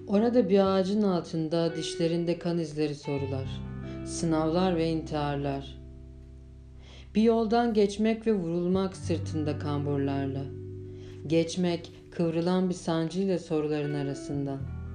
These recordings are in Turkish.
Orada bir ağacın altında dişlerinde kan izleri sorular, sınavlar ve intiharlar. Bir yoldan geçmek ve vurulmak sırtında kamburlarla. Geçmek kıvrılan bir sancıyla soruların arasından.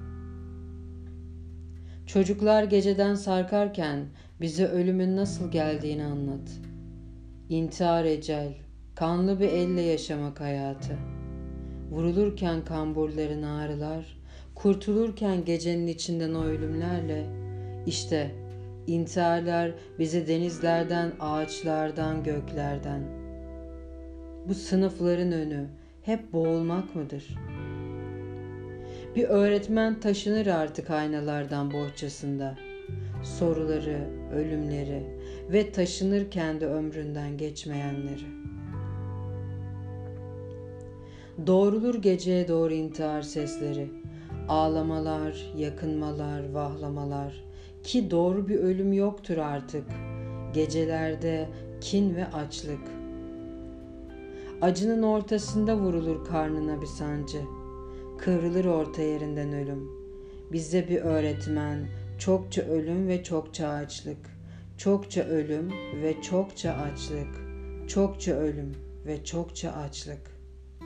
Çocuklar geceden sarkarken bize ölümün nasıl geldiğini anlat. İntihar ecel, kanlı bir elle yaşamak hayatı. Vurulurken kamburların ağrılar, kurtulurken gecenin içinden o ölümlerle, işte intiharlar bize denizlerden, ağaçlardan, göklerden. Bu sınıfların önü hep boğulmak mıdır? Bir öğretmen taşınır artık aynalardan bohçasında. Soruları, ölümleri ve taşınır kendi ömründen geçmeyenleri. Doğrulur geceye doğru intihar sesleri, ağlamalar, yakınmalar, vahlamalar ki doğru bir ölüm yoktur artık. Gecelerde kin ve açlık. Acının ortasında vurulur karnına bir sancı. Kıvrılır orta yerinden ölüm. Bizde bir öğretmen, çokça ölüm ve çokça açlık. Çokça ölüm ve çokça açlık. Çokça ölüm ve çokça açlık.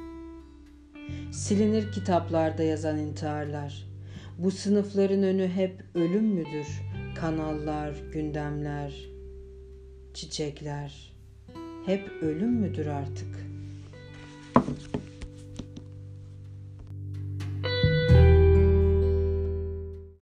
Silinir kitaplarda yazan intiharlar. Bu sınıfların önü hep ölüm müdür? Kanallar, gündemler, çiçekler hep ölüm müdür artık?